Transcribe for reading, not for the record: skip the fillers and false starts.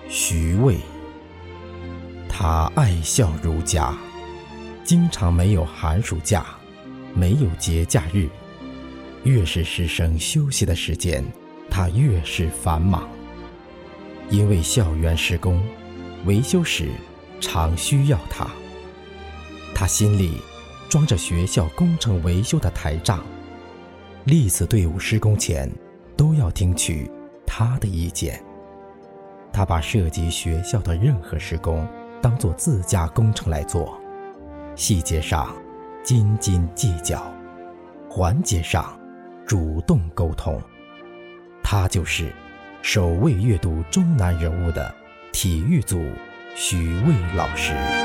徐渭，他爱笑如家，经常没有寒暑假，没有节假日。越是师生休息的时间，他越是繁忙。因为校园施工，维修时常需要他。他心里装着学校工程维修的台账，历次队伍施工前都要听取他的意见。他把涉及学校的任何施工当作自家工程来做，细节上斤斤计较，环节上主动沟通。他就是首位阅读中南人物的体育组徐渭老师。